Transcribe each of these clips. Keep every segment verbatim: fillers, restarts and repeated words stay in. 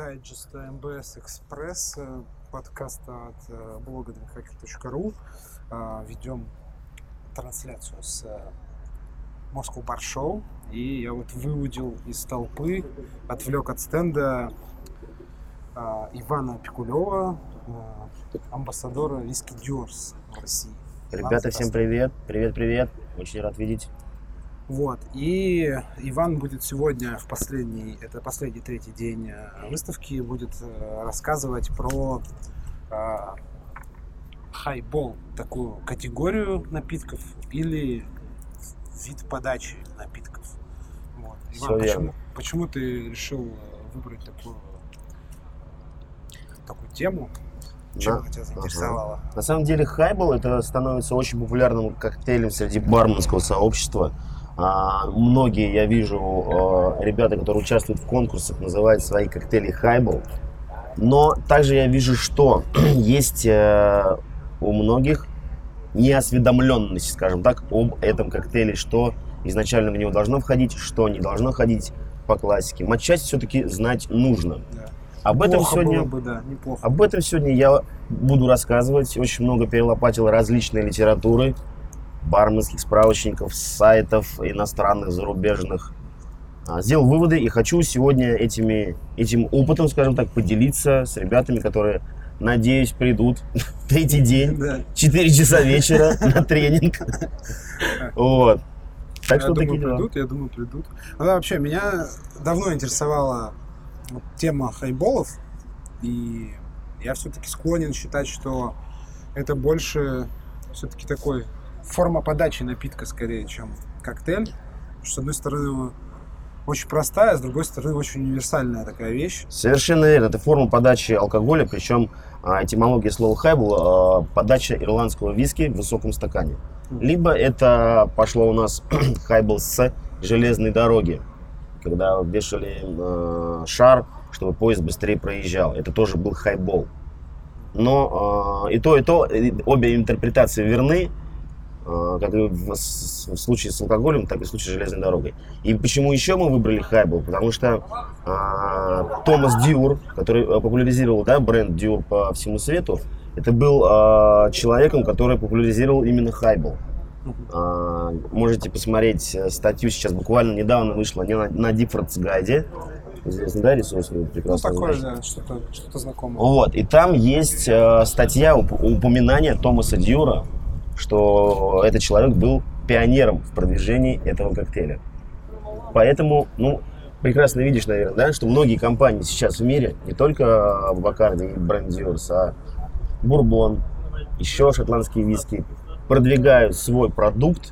дайджеста эм бэ эс Экспресс, подкаста от блога drinkhacker точка ру. Ведем трансляцию с Moscow Bar Show. И я вот выудил из толпы, отвлек от стенда Ивана Пикулева, амбассадора Whiskey Dealers в России. Ребята, всем привет. Привет-привет. Очень рад видеть. Вот. И Иван будет сегодня в последний, это последний третий день выставки, будет рассказывать про э, хайбол, такую категорию напитков или вид подачи напитков. Вот. Иван, почему, почему ты решил выбрать такую, такую тему? Чем она тебя заинтересовала? Ага. На самом деле хайбол это становится очень популярным коктейлем среди барменского сообщества. А, многие, я вижу, а, ребята, которые участвуют в конкурсах, называют свои коктейли хайбол. Но также я вижу, что есть а, у многих неосведомленность, скажем так, об этом коктейле, что изначально в него должно входить, что не должно входить по классике. Матчасть все-таки знать нужно. Да. Об этом, сегодня, бы, да, об этом сегодня я буду рассказывать. Очень много перелопатил различной литературы, барменских справочников, сайтов иностранных, зарубежных. Сделал выводы и хочу сегодня этими, этим опытом, скажем так, поделиться с ребятами, которые, надеюсь, придут третий день, четыре часа вечера на тренинг. Вот. Так что такие придут, я думаю, придут. Ну, вообще, меня давно интересовала тема хайболов, и я все-таки склонен считать, что это больше все-таки такой форма подачи напитка скорее, чем коктейль. С одной стороны, очень простая, с другой стороны, очень универсальная такая вещь. Совершенно верно. Это форма подачи алкоголя, причем этимология слова хайбол – подача ирландского виски в высоком стакане. Либо это пошло у нас хайбол с железной дороги, когда вешали э, шар, чтобы поезд быстрее проезжал. Это тоже был хайбол. Но э, и то, и то, и обе интерпретации верны, э, как и в, в случае с алкоголем, так и в случае с железной дорогой. И почему еще мы выбрали хайбол? Потому что э, Томас Дьюр, который популяризировал, да, бренд Дьюр по всему свету, это был э, человеком, который популяризировал именно хайбол. Uh, можете посмотреть статью, сейчас буквально недавно вышла не на, на Difford's Guide. Известный, да, ресурс? Прекрасно. Ну, такое, да, что-то, что-то знакомое. Вот, и там есть uh, статья, уп- упоминание Томаса Дьюра, что этот человек был пионером в продвижении этого коктейля. Поэтому, ну, прекрасно видишь, наверное, да, что многие компании сейчас в мире, не только Бакарди и бренд Дьюрс, а Бурбон, еще шотландские виски, продвигают свой продукт,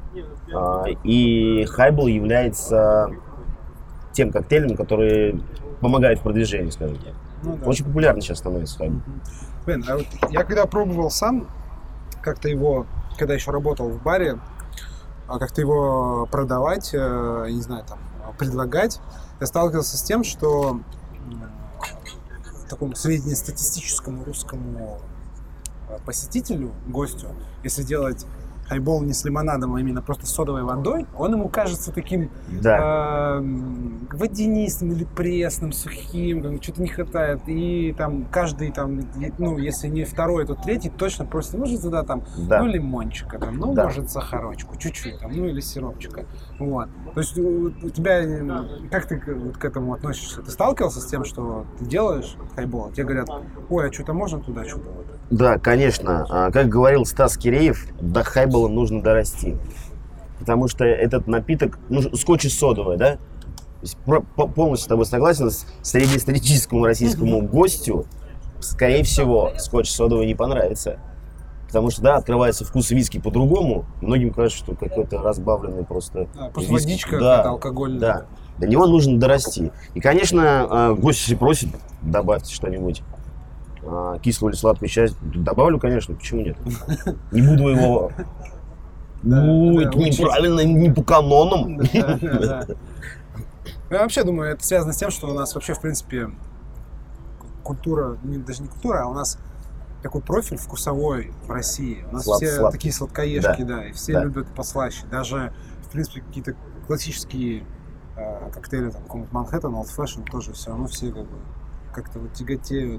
и хайбол является тем коктейлем, который помогает в продвижении, скажем так. Ну, да. Очень популярно сейчас становится хайбол. Блин, а вот я когда пробовал сам, как-то его, когда еще работал в баре, как-то его продавать, я не знаю, там, предлагать, я сталкивался с тем, что такому среднестатистическому русскому посетителю, гостю, если делать хайбол не с лимонадом, а именно просто с содовой водой, он ему кажется таким да. э, водянистым или пресным, сухим, там, что-то не хватает. И там каждый, там, ну, если не второй, то третий точно просит, может туда там, да. ну, лимончика, там, ну, да. может, сахарочку, чуть-чуть, там, ну, или сиропчика. Вот. То есть у, у тебя, как ты вот к этому относишься? Ты сталкивался с тем, что ты делаешь хайбол, тебе говорят, ой, а что-то можно туда, что-то вот? Да, конечно. Как говорил Стас Киреев, до хайбола нужно дорасти. Потому что этот напиток, ну, скотч и содовая, да? То есть, полностью с тобой согласен, среднестатистическому российскому гостю, скорее всего, скотч содовый не понравится. Потому что, да, открывается вкус виски по-другому. Многим кажется, что какой-то разбавленный просто... А, просто виски. Водичка, да, алкогольная. Да, до него нужно дорасти. И, конечно, гость, если просит, добавьте что-нибудь. Кислую или сладкую часть добавлю, конечно, почему нет? Не буду его... Ну, это неправильно, не по канонам. Я вообще думаю, это связано с тем, что у нас вообще, в принципе, культура, даже не культура, а у нас такой профиль вкусовой в России. У нас все такие сладкоежки, да, и все любят послаще. Даже, в принципе, какие-то классические коктейли, там, какой-нибудь Манхэттен, Old Fashion, тоже все равно все как бы как-то вот тяготеют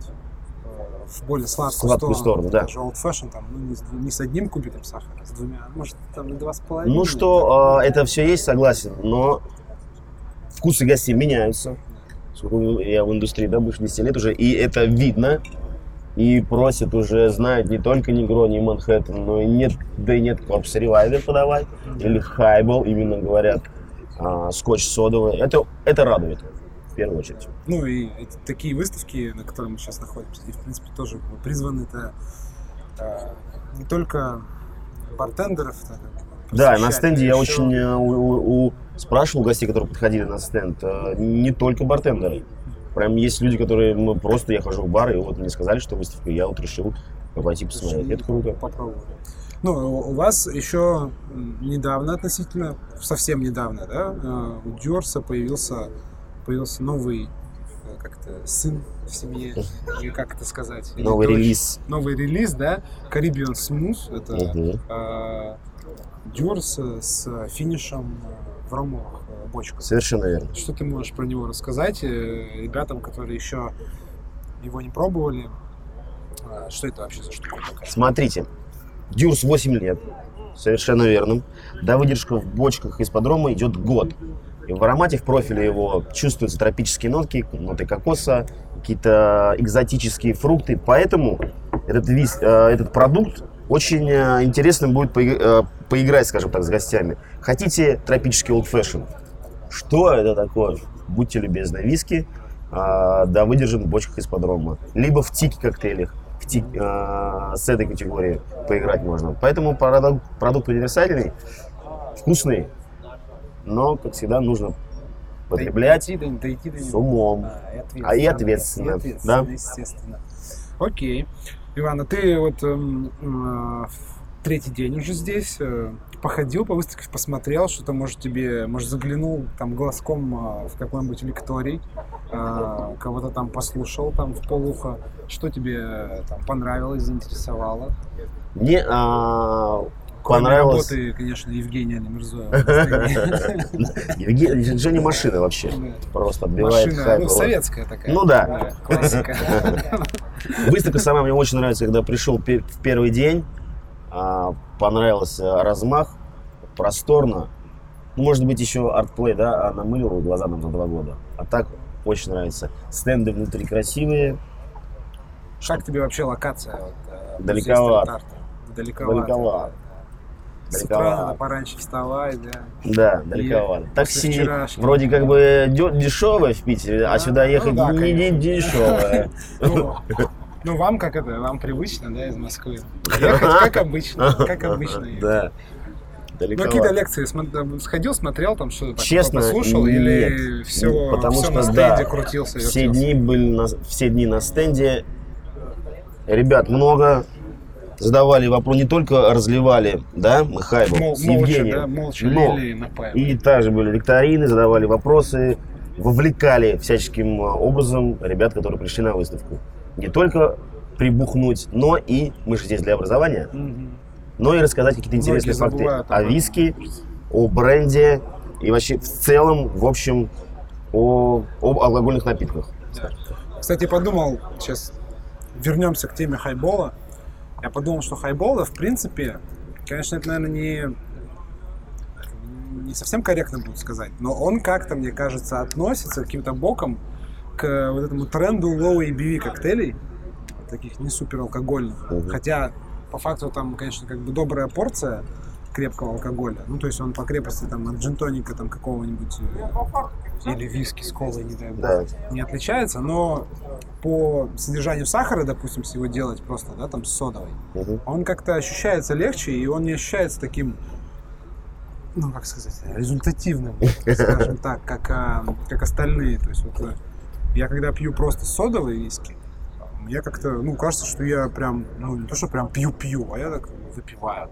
в более сладкую, сладкую сторону. сторону, да. Даже old fashion там, ну, не, с, не с одним кубиком сахара, а с двумя, может, там и два с половиной. Ну что, э, это все есть, согласен, но вкусы гостей меняются. Сколько я в индустрии, да, больше десяти лет уже, и это видно. И просят уже, знают не только Негрони и Манхэттен, но и нет, да и нет Корпус Ревайвер подавать, или Хайбол, именно говорят, а, скотч содовый. Это, это радует, в первую очередь. Ну и эти, такие выставки, на которых мы сейчас находимся, и, в принципе, тоже призваны-то а, не только бартендеров. Так, да, на стенде я очень у, у, у, спрашивал гостей, которые подходили на стенд, не только бартендеры. Прям есть люди, которые, ну, просто я хожу в бар, и вот мне сказали, что выставка, и я вот решил пойти посмотреть. Это круто. Попробовали. Ну, у вас еще недавно относительно, совсем недавно, да, у Дюрса появился, появился новый как-то сын в семье, или как это сказать? Новый дочь. релиз. Новый релиз, да, Caribbean Smooth, это угу. э, Дюрс с финишем в ромовых бочках. Совершенно верно. Что ты можешь про него рассказать ребятам, которые еще его не пробовали? Что это вообще за штука такая? Смотрите, Дюрс восемь лет, совершенно верно. До выдержка в бочках из-под идет год. И в аромате, в профиле его чувствуются тропические нотки, ноты кокоса, какие-то экзотические фрукты. Поэтому этот, вис, этот продукт очень интересно будет поиграть, скажем так, с гостями. Хотите тропический old fashion? Что это такое? Будьте любезны, виски, а, да, выдержан в бочках из-под рома. Либо в тики-коктейлях, в тик, а, с этой категории поиграть можно. Поэтому продукт, продукт универсальный, вкусный, но, как всегда, нужно потреблять дойти, дойти, дойти, с умом, а и ответственно. И ответственно, да? Естественно. Окей. Иван, а ты вот э, э, третий день уже здесь, э, походил по выставке, посмотрел, что-то, может, тебе, может, заглянул там глазком в какой-нибудь лекторий, э, кого-то там послушал там в полухо, что тебе там понравилось, заинтересовало? Мне а, понравилось... работы, конечно, Евгения Мирзоева. Евгений, Женя машина вообще, просто отбивает. Машина, ну, советская такая. Ну да. Классика. Выставка сама мне очень нравится, когда пришел в первый день. Понравился размах, просторно. Может быть, еще артплей, да, намыливал глаза нам за два года. А так очень нравится. Стенды внутри красивые. Как тебе вообще локация? Вот, далековато. Далековато. Далековато. С утра надо пораньше вставать, да? Да, далековато. Такси вроде как бы дешевое в Питере, да? А сюда ехать ну, да, не, не дешевое. Ну, вам как это, вам привычно, да, из Москвы? Ехать как обычно, как обычно. Да. Ну, какие-то лекции сходил, смотрел, там что-то Честно, послушал, нет, или все, потому все что, на стенде да, крутился? Все дни, были на, все дни на стенде. Ребят много задавали вопрос, не только разливали, да, мы хайбл Мол, с Евгением. Да, молча но лили и напаивали. И также были викторины, задавали вопросы, вовлекали всяческим образом ребят, которые пришли на выставку. Не только прибухнуть, но и, мы же здесь для образования, mm-hmm. но и рассказать какие-то интересные факты о виске, о бренде и вообще в целом, в общем, о, об алкогольных напитках. Да. Кстати, подумал, сейчас вернемся к теме хайбола. Я подумал, что хайбола, в принципе, конечно, это, наверное, не, не совсем корректно будет сказать, но он как-то, мне кажется, относится каким-то боком к вот этому тренду low эй би ви коктейлей, таких не супер алкогольных. Uh-huh. Хотя, по факту, там, конечно, как бы добрая порция крепкого алкоголя. Ну, то есть он по крепости там от джин-тоника там какого-нибудь или виски с колой, не дай бог, да. не отличается, но по содержанию сахара, допустим, если его делать просто, да, там с содовой, uh-huh. он как-то ощущается легче, и он не ощущается таким, ну, как сказать, результативным, скажем так, как, как остальные. То есть вот я когда пью просто содовые виски, мне как-то, ну, кажется, что я прям, ну, не то, что прям пью-пью, а я так выпиваю.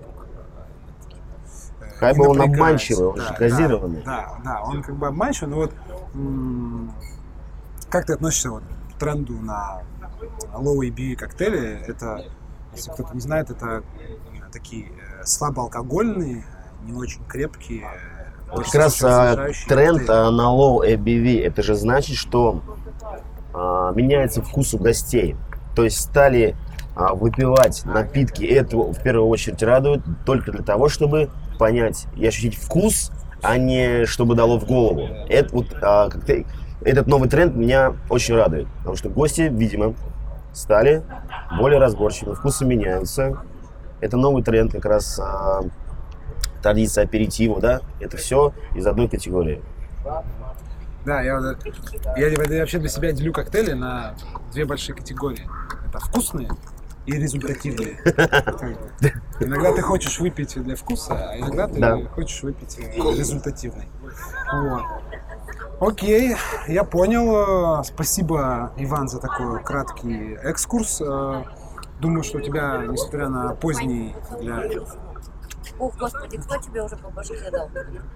Хайбол он обманчивый, он же газированный. Да, да, он как бы обманчивый, но вот м- как ты относишься вот к тренду на low эй би ви коктейли? Это, если кто-то не знает, это такие слабоалкогольные, не очень крепкие. Вот как раз тренд коктейли на low эй би ви, это же значит, что а, меняется вкус у гостей. То есть стали а, выпивать напитки. Это в первую очередь радует только для того, чтобы понять и ощутить вкус, а не чтобы дало в голову. Это, вот, а, коктейль, этот новый тренд меня очень радует. Потому что гости, видимо, стали более разборчивыми, вкусы меняются. Это новый тренд, как раз а, традиция аперитива, да? Это все из одной категории. Да, я, я, я вообще для себя делю коктейли на две большие категории. Это вкусные и результативные. Иногда ты хочешь выпить для вкуса, а иногда ты да. хочешь выпить результативный. Вот. Окей, я понял. Спасибо, Иван, за такой краткий экскурс. Думаю, что у тебя, несмотря на поздний для... Ох, господи, кто тебе уже по башке дал?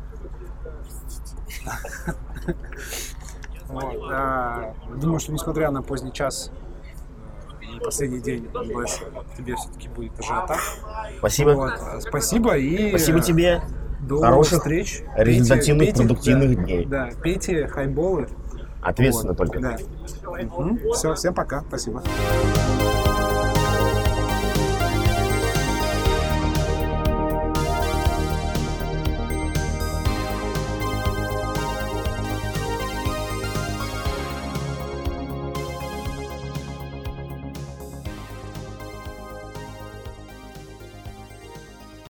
Вот, а, думаю, что несмотря на поздний час и последний день больше, тебе все-таки будет ажиотаж. Спасибо. Вот, спасибо и спасибо тебе. До хороших, встреч. результативных, пейте, продуктивных да, дней. Да, пейте хайболы. Ответственно вот. только. Да. Угу. Все, всем пока. Спасибо.